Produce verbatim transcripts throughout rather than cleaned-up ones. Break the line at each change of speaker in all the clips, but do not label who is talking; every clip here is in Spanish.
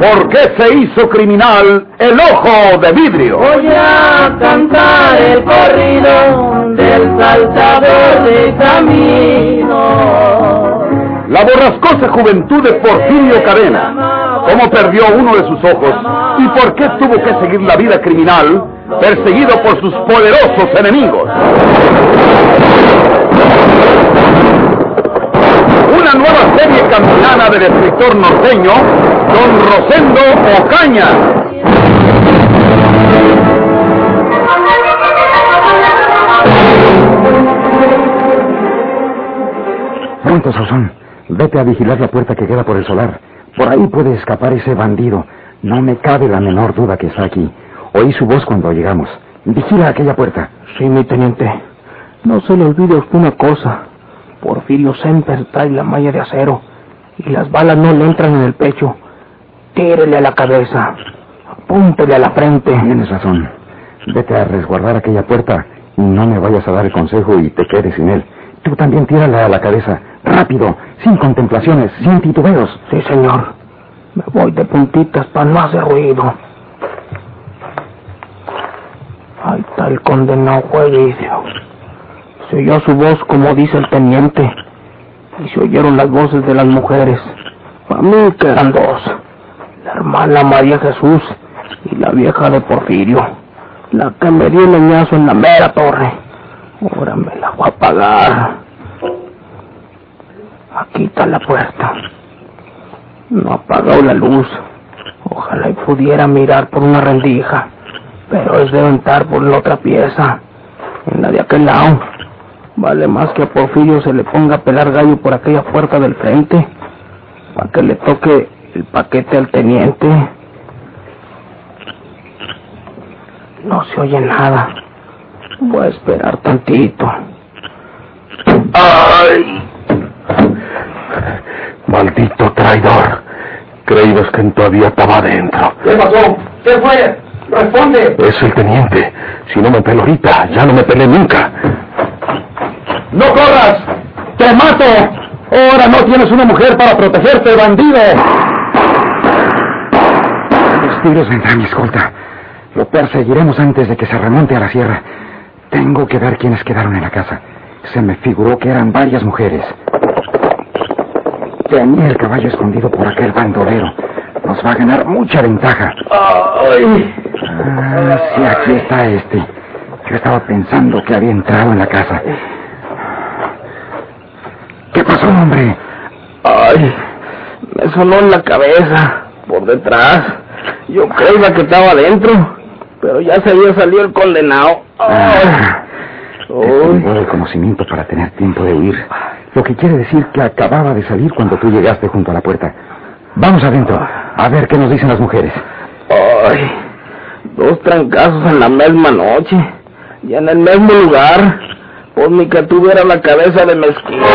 ¿Por qué se hizo criminal el ojo de vidrio?
Voy a cantar el corrido del saltador de camino.
La borrascosa juventud de Porfirio Cadena. ¿Cómo perdió uno de sus ojos? ¿Y por qué tuvo que seguir la vida criminal, perseguido por sus poderosos enemigos? Una nueva serie campilana del escritor norteño, don Rosendo Ocaña.
Pronto, Sauzón. Vete a vigilar la puerta que queda por el solar. Por ahí puede escapar ese bandido. No me cabe la menor duda que está aquí. Oí su voz cuando llegamos. Vigila aquella puerta.
Sí, mi teniente. No se le olvide a usted una cosa. Porfirio Semper trae la malla de acero y las balas no le entran en el pecho. Tírele a la cabeza. Apúntele a la frente.
Tienes razón. Vete a resguardar aquella puerta y no me vayas a dar el consejo y te quedes sin él. Tú también tírale a la cabeza. Rápido, sin contemplaciones, sin titubeos.
Sí, señor. Me voy de puntitas para no hacer ruido. Ahí está el condenado juez de vidrio. Se oyó su voz como dice el teniente. Y se oyeron las voces de las mujeres. Para mí que eran dos. La hermana María Jesús y la vieja de Porfirio. La que me dio el leñazo en la mera torre. Ahora me la voy a pagar. Aquí está la puerta. No ha apagado la luz. Ojalá y pudiera mirar por una rendija. Pero es de entrar por la otra pieza. En la de aquel lado. Vale más que a Porfirio se le ponga a pelar gallo por aquella puerta del frente. Para que le toque el paquete al teniente. No se oye nada. Voy a esperar tantito.
¡Ay! Maldito traidor. Creídos que todavía estaba adentro.
¿Qué pasó? ¿Qué fue? ¡Responde!
Es el teniente. Si no me pelo ahorita, ya no me pelé nunca.
¡No corras! ¡Te mato! Ahora no tienes una mujer para protegerte, bandido.
Los tigres vendrán, mi escolta. Lo perseguiremos antes de que se remonte a la sierra. Tengo que ver quiénes quedaron en la casa. Se me figuró que eran varias mujeres. Tenía el caballo escondido por aquel bandolero. Nos va a ganar mucha ventaja.
¡Ay!
Ah, sí, aquí está este. Yo estaba pensando que había entrado en la casa. ¿Qué pasó, hombre?
Ay, me sonó en la cabeza, por detrás. Yo creía que estaba adentro, pero ya se había salido el condenado. Ay.
Ah, tengo el conocimiento para tener tiempo de huir. Lo que quiere decir que acababa de salir cuando tú llegaste junto a la puerta. Vamos adentro, a ver qué nos dicen las mujeres.
Ay, dos trancazos en la misma noche, y en el mismo lugar, por ni que tuviera la cabeza de mezquino.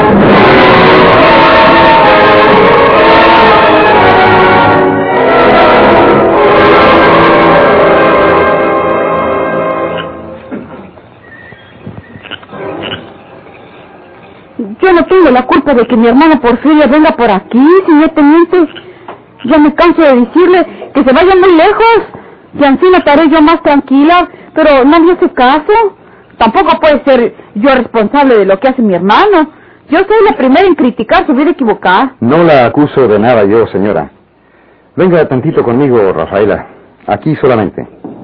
Yo no tengo la culpa de que mi hermano Porfirio venga por aquí, señor teniente. Ya me canso de decirle que se vaya muy lejos. Y así no estaré yo más tranquila, pero no me hace caso. Tampoco puede ser yo responsable de lo que hace mi hermano. Yo soy la primera en criticar su vida equivocada.
No la acuso de nada yo, señora. Venga tantito conmigo, Rafaela. Aquí solamente.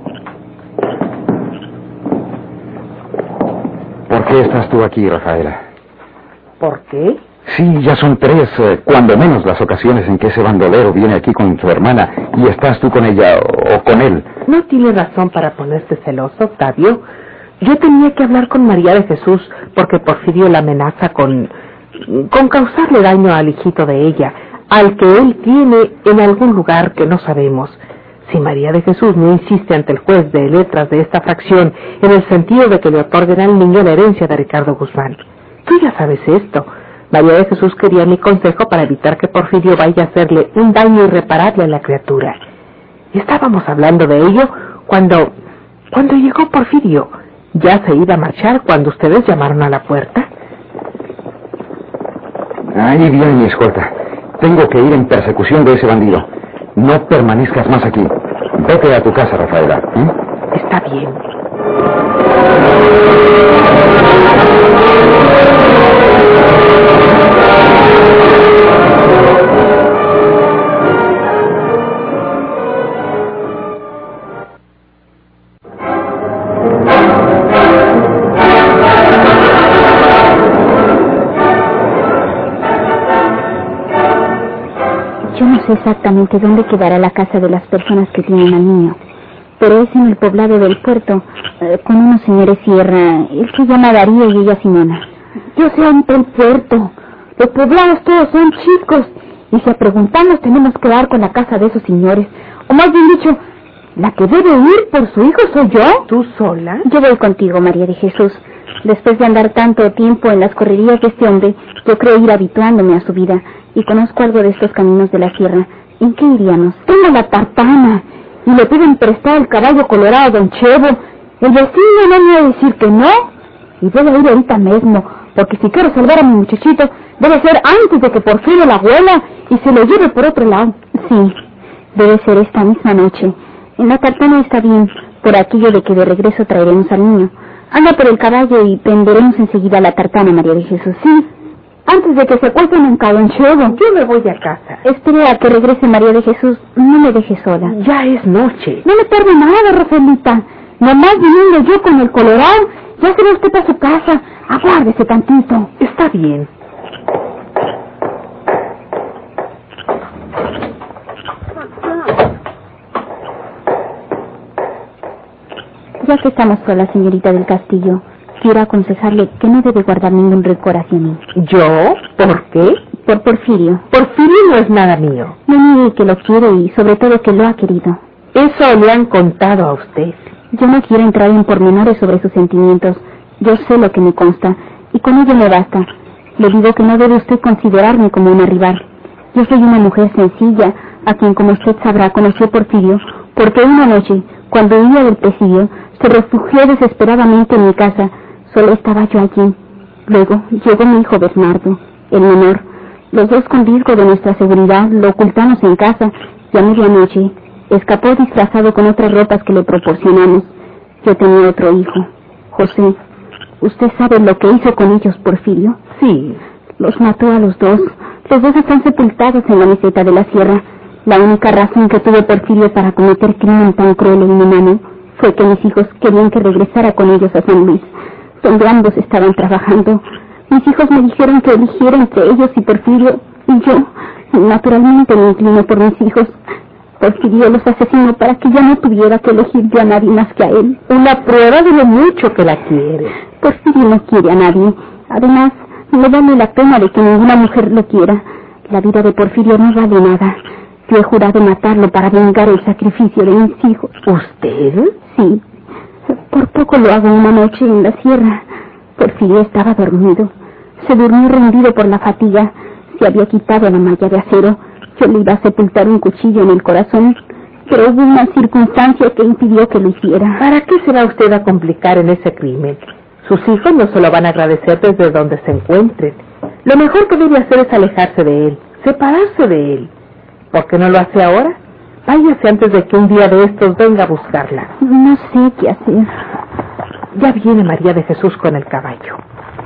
¿Por qué estás tú aquí, Rafaela?
¿Por qué?
Sí, ya son tres, eh, cuando menos, las ocasiones en que ese bandolero viene aquí con su hermana y estás tú con ella o, o con él.
No tiene razón para ponerse celoso, Octavio. Yo tenía que hablar con María de Jesús porque Porfirio la amenaza con, con causarle daño al hijito de ella, al que él tiene en algún lugar que no sabemos. Si María de Jesús no insiste ante el juez de letras de esta fracción en el sentido de que le otorguen al niño la herencia de Ricardo Guzmán. Tú ya sabes esto. María de Jesús quería mi consejo para evitar que Porfirio vaya a hacerle un daño irreparable a la criatura. Y estábamos hablando de ello cuando, cuando llegó Porfirio. Ya se iba a marchar cuando ustedes llamaron a la puerta.
Ahí viene mi escolta. Tengo que ir en persecución de ese bandido. No permanezcas más aquí. Vete a tu casa, Rafaela. ¿eh?
Está bien.
Yo no sé exactamente dónde quedará la casa de las personas que tienen al niño, pero es en el poblado del puerto, eh, con unos señores Sierra. Él se llama Darío y ella Simona. Yo sé entre el puerto. Los poblados todos son chicos, y si a preguntarnos tenemos que dar con la casa de esos señores. O más bien dicho, la que debe ir por su hijo soy yo.
¿Tú sola?
Yo voy contigo, María de Jesús. Después de andar tanto tiempo en las correrías de este hombre, yo creo ir habituándome a su vida, y conozco algo de estos caminos de la sierra. ¿En qué iríamos? Tengo la tartana, y le piden prestar el caballo colorado a don Chevo. El vecino no me va a decir que no, y debe ir ahorita mismo, porque si quiero salvar a mi muchachito, debe ser antes de que Porfirio la abuela y se lo lleve por otro lado. Sí, debe ser esta misma noche. En la tartana está bien, por aquello de que de regreso traeremos al niño. Anda por el caballo y prenderemos enseguida la tartana, María de Jesús. Sí, antes de que se acuesten en Cabonchevo.
Yo me voy a casa.
Espere a que regrese María de Jesús. No me deje sola.
Ya es noche.
No le pierdo nada, Rafaelita. Nomás viniendo yo con el colorado, ya se ve usted para su casa. Aguárdese tantito.
Está bien.
Ya que estamos solas, señorita del Castillo, quiero aconsejarle que no debe guardar ningún rencor hacia mí.
¿Yo? ¿Por qué?
Por Porfirio.
Porfirio no es nada mío.
No niegue que lo quiere y sobre todo que lo ha querido.
Eso le han contado a usted.
Yo no quiero entrar en pormenores sobre sus sentimientos. Yo sé lo que me consta, y con ello me basta. Le digo que no debe usted considerarme como una rival. Yo soy una mujer sencilla, a quien, como usted sabrá, conoció Porfirio, porque una noche, cuando huía del presidio, se refugió desesperadamente en mi casa. Solo estaba yo allí. Luego llegó mi hijo Bernardo, el menor. Los dos, con riesgo de nuestra seguridad, lo ocultamos en casa, y a medianoche escapó disfrazado con otras ropas que le proporcionamos. Yo tenía otro hijo, José. ¿Usted sabe lo que hizo con ellos Porfirio?
Sí.
Los mató a los dos. Los dos están sepultados en la meseta de la sierra. La única razón que tuvo Porfirio para cometer crimen tan cruel e inhumano fue que mis hijos querían que regresara con ellos a San Luis, donde ambos estaban trabajando. Mis hijos me dijeron que eligiera entre ellos y Porfirio, y yo, naturalmente, me inclino por mis hijos. Porfirio los asesinó para que yo no tuviera que elegir yo a nadie más que a él.
Una prueba de lo mucho que la quiere.
Porfirio no quiere a nadie. Además, no vale la pena de que ninguna mujer lo quiera. La vida de Porfirio no vale nada. Yo he jurado matarlo para vengar el sacrificio de mis hijos.
¿Usted?
Sí. Por poco lo hago una noche en la sierra. Porfirio estaba dormido. Se durmió rendido por la fatiga. Se había quitado la malla de acero. Yo le iba a sepultar un cuchillo en el corazón, pero hubo una circunstancia que impidió que lo hiciera.
¿Para qué se va usted a complicar en ese crimen? Sus hijos no se lo van a agradecer desde donde se encuentren. Lo mejor que debe hacer es alejarse de él, separarse de él. ¿Por qué no lo hace ahora? Váyase antes de que un día de estos venga a buscarla.
No sé qué hacer.
Ya viene María de Jesús con el caballo.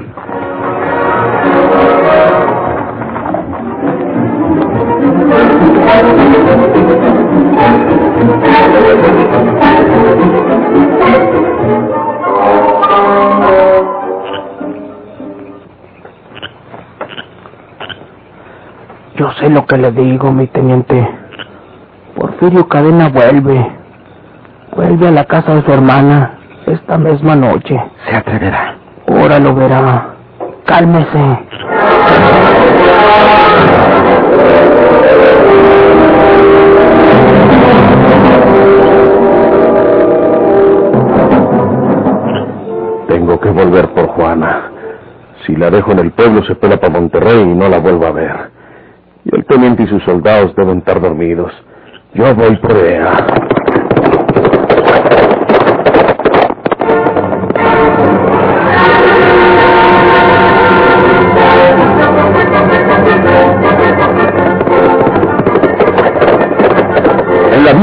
Yo sé lo que le digo, mi teniente. Porfirio Cadena vuelve. Vuelve a la casa de su hermana esta misma noche.
Se atreverá.
Ahora lo verá. Cálmese.
Tengo que volver por Juana. Si la dejo en el pueblo se pela para Monterrey y no la vuelvo a ver. Y el teniente y sus soldados deben estar dormidos. Yo voy por ella.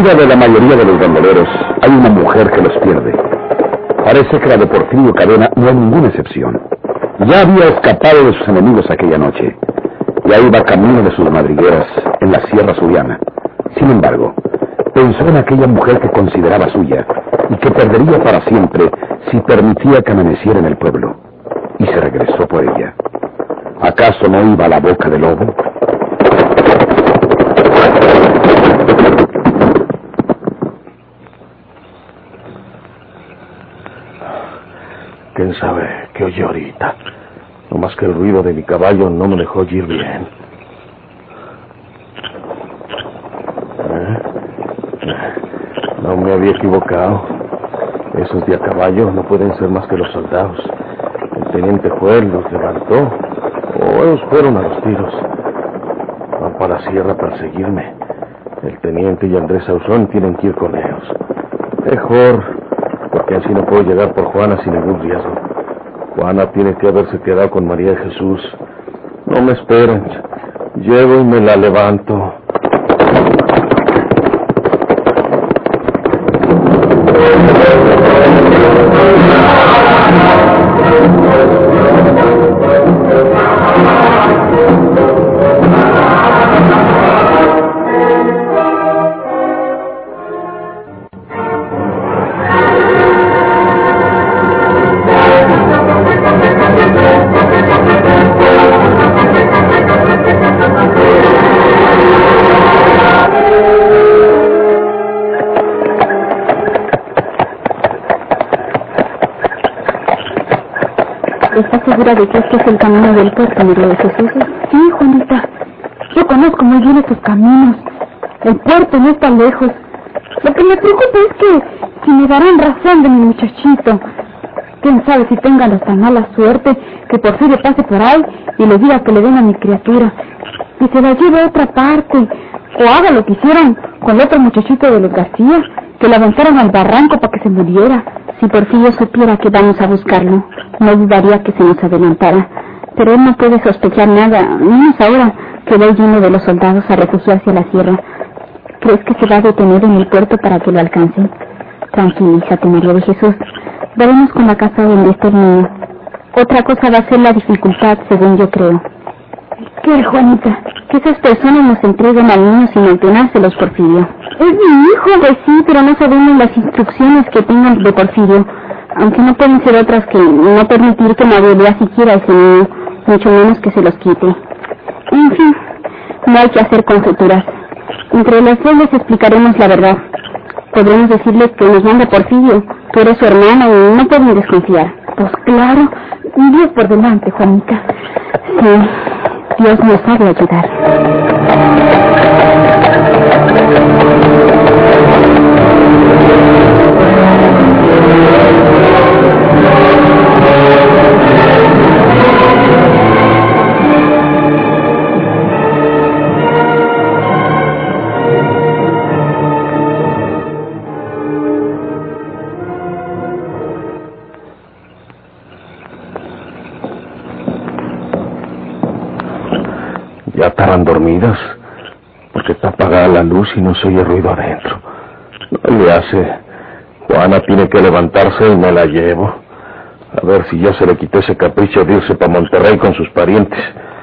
vida de la mayoría de los bandoleros hay una mujer que los pierde. Parece que la de Porfirio Cadena no es ninguna excepción. Ya había escapado de sus enemigos aquella noche. Ya iba camino de sus madrigueras en la Sierra Suriana. Sin embargo, pensó en aquella mujer que consideraba suya y que perdería para siempre si permitía que amaneciera en el pueblo. Y se regresó por ella. ¿Acaso no iba a la boca del lobo?
¿Quién sabe qué oye ahorita? No más que el ruido de mi caballo no me dejó oír bien. ¿Eh? No me había equivocado. Esos de a caballo no pueden ser más que los soldados. El teniente Juel los levantó, o ellos fueron a los tiros. Van para la sierra a perseguirme. El teniente y Andrés Ausón tienen que ir con ellos. Mejor, porque así no puedo llegar por Juana sin ningún riesgo. Juana tiene que haberse quedado con María de Jesús. No me esperen. Llego y me la levanto.
¿Estás segura de que este es el camino del puerto, María de Jesús? Sí, Juanita. Yo conozco muy bien estos caminos. El puerto no está lejos. Lo que me preocupa es que si me darán razón de mi muchachito. Quién sabe si tengan hasta mala suerte que Porfirio pase por ahí y le diga que le den a mi criatura. Y se la lleve a otra parte. O haga lo que hicieron con el otro muchachito de los García, que lo aventaron al barranco para que se muriera. Si Porfirio supiera que vamos a buscarlo, no dudaría que se nos adelantara. Pero él no puede sospechar nada, menos ahora que va lleno de los soldados a refugiarse a la sierra. ¿Crees que se va a detener en el puerto para que lo alcance? Tranquilízate, María de Jesús. Veremos con la casa donde está el niño. Otra cosa va a ser la dificultad, según yo creo. ¿Qué, Juanita? Que esas personas nos entreguen al niño sin ordenárselos, Porfirio. ¿Es mi hijo? Pues sí, pero no sabemos las instrucciones que tengan de Porfirio. Aunque no pueden ser otras que no permitir que nadie vea siquiera a ese niño, mucho menos que se los quite. En fin, no hay que hacer conjeturas. Entre las dos les explicaremos la verdad. Podremos decirles que nos manda Porfirio, tú eres su hermana y no pueden desconfiar. Pues claro, Dios por delante, Juanita. Sí, Dios nos sabe ayudar.
Ya estarán dormidas, porque está apagada la luz y no se oye ruido adentro. No le hace. Juana tiene que levantarse y me la llevo. A ver si ya se le quitó ese capricho de irse para Monterrey con sus parientes.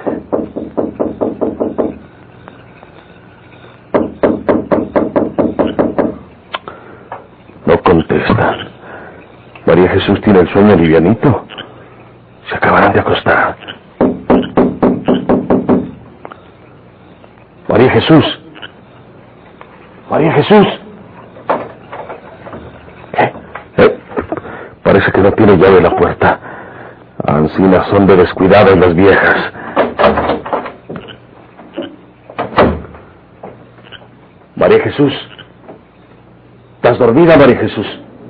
No contesta. María Jesús tiene el sueño livianito. Se acabarán de acostar. María Jesús. María Jesús. ¿Qué? Eh, parece que no tiene llave la puerta. Ancinas son de descuidadas las viejas. María Jesús. ¿Estás dormida, María Jesús?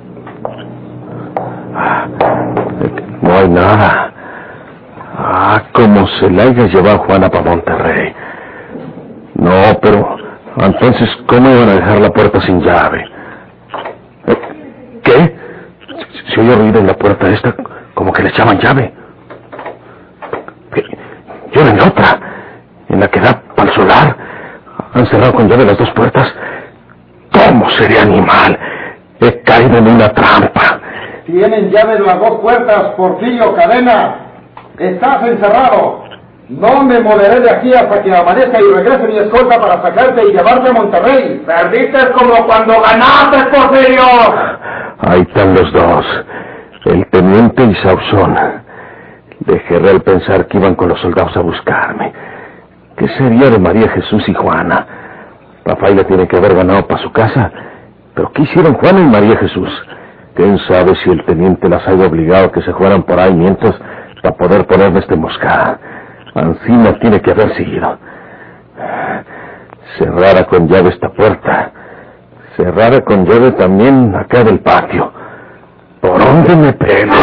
Ah, no hay nada. Ah, como se la haya llevado Juana para Monterrey. No, pero entonces, ¿cómo iban a dejar la puerta sin llave? ¿Qué? Se oye ruido en la puerta esta, como que le echaban llave. Y ahora en la otra, en la que da para el solar, han cerrado con llave las dos puertas. ¿Cómo? ¿Cómo seré animal? He caído en una trampa.
Tienen llaves las dos puertas, Porfirio Cadena. Estás encerrado. No me moveré de aquí hasta que amanezca y regrese mi escolta para sacarte y llevarte a Monterrey. Perdiste como cuando ganaste, Porfirio.
Ahí están los dos, el teniente y Sauzón. Dejé al pensar que iban con los soldados a buscarme. ¿Qué sería de María Jesús y Juana? Rafaela tiene que haber ganado para su casa. ¿Pero qué hicieron Juana y María Jesús? ¿Quién sabe si el teniente las haya obligado a que se fueran por ahí mientras para poder ponerme esta emboscada? Encima tiene que haber seguido. Cerrara con llave esta puerta. Cerrara con llave también acá del patio. ¿Por dónde me pego?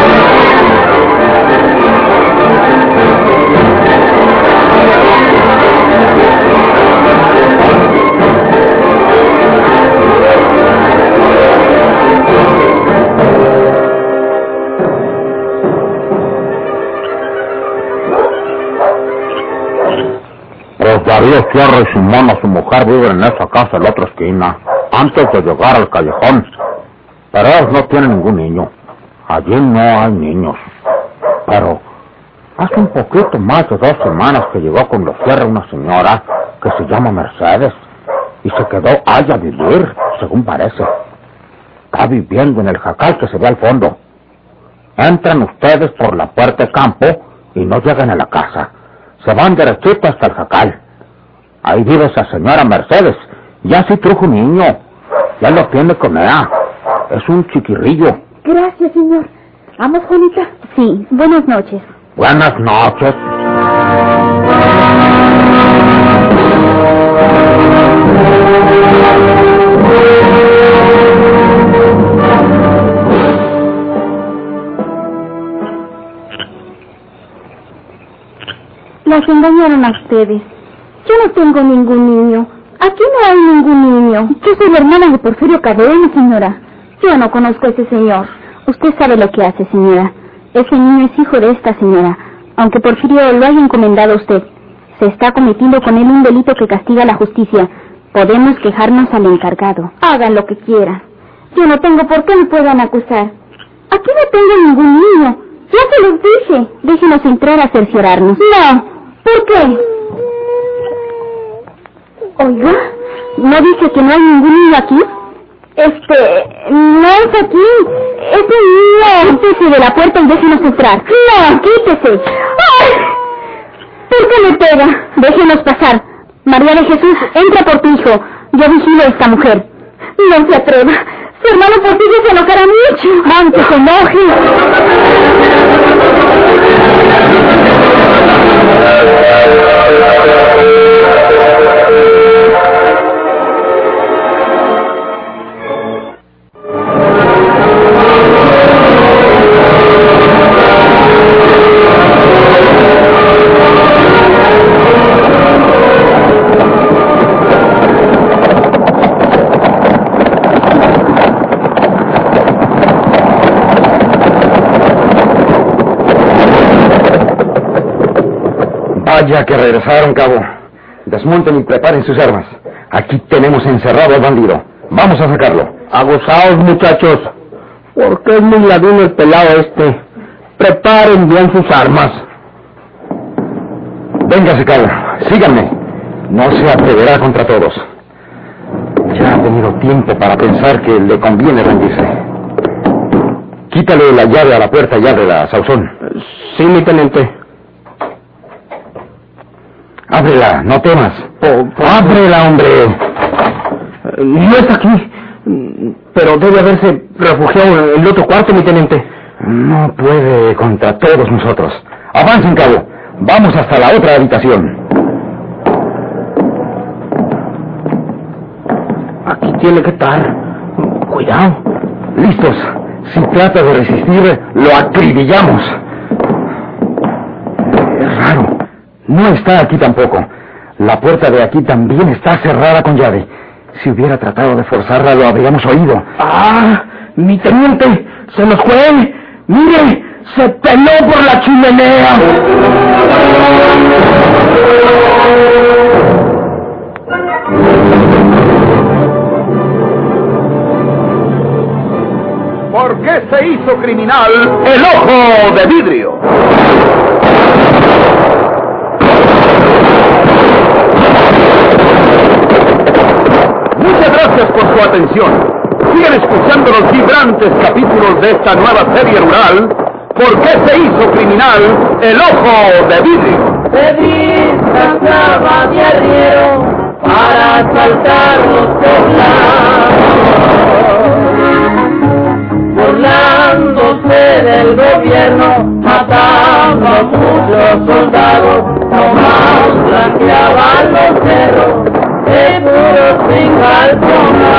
Darío Fierro y Simona, su mujer, viven en esa casa en la otra esquina, antes de llegar al callejón. Pero ellos no tienen ningún niño. Allí no hay niños. Pero hace un poquito más de dos semanas que llegó con los Fierro una señora que se llama Mercedes y se quedó allá a vivir, según parece. Está viviendo en el jacal que se ve al fondo. Entran ustedes por la puerta de campo y no llegan a la casa. Se van derechito hasta el jacal. Ahí vive esa señora Mercedes. Ya sí trajo un niño. Ya lo tiene con ella. Es un chiquirrillo.
Gracias, señor. ¿Vamos, Juanita? Sí, buenas noches.
Buenas noches.
Las engañaron a ustedes. Yo no tengo ningún niño. Aquí no hay ningún niño. Yo soy la hermana de Porfirio Cadena, señora. Yo no conozco a ese señor. Usted sabe lo que hace, señora. Ese niño es hijo de esta señora. Aunque Porfirio lo haya encomendado a usted, se está cometiendo con él un delito que castiga la justicia. Podemos quejarnos al encargado. Hagan lo que quieran. Yo no tengo por qué me puedan acusar. Aquí no tengo ningún niño. Ya se los dije. Déjenos entrar a cerciorarnos. No. ¿Por qué? Oiga, ¿no dice que no hay ningún niño aquí? Este, no es aquí. Es un niño. Quítese de la puerta y déjenos entrar. No, quítese. ¡Ay! ¿Por qué me pega? Déjenos pasar. María de Jesús, entra por tu hijo. Yo vigilo a esta mujer. No se atreva. Su hermano Porfirio se enojará mucho. Aunque se enoje.
Vaya que regresaron, cabo. Desmonten y preparen sus armas. Aquí tenemos encerrado al bandido. Vamos a sacarlo.
Agosaos, muchachos, porque es muy ladino el pelado este. Preparen bien sus armas.
Véngase, cabo. Síganme. No se atreverá contra todos. Ya ha tenido tiempo para pensar que le conviene rendirse. Quítale la llave a la puerta y ábrela, Sauzón.
Sí, mi teniente.
Ábrela, no temas. Oh, ¡Ábrela, hombre!
No está aquí, pero debe haberse refugiado en el otro cuarto, mi teniente.
No puede contra todos nosotros. Avancen, cabo. Vamos hasta la otra habitación.
Aquí tiene que estar. Cuidado.
Listos. Si trata de resistir, lo acribillamos. Es raro. No está aquí tampoco. La puerta de aquí también está cerrada con llave. Si hubiera tratado de forzarla, lo habríamos oído.
¡Ah! ¡Mi teniente! ¡Se nos fue! ¡Mire! ¡Se peló por la chimenea!
¿Por qué se hizo criminal el ojo de vidrio? Muchas gracias por su atención. Sigan escuchando los vibrantes capítulos de esta nueva serie rural. ¿Por qué se hizo criminal el ojo de vidrio?
Se disfrazaba de arriero para asaltar los poblados. Burlándose del gobierno, mataba a muchos soldados, nomás blanqueaban los cerros de puros sin calzonar.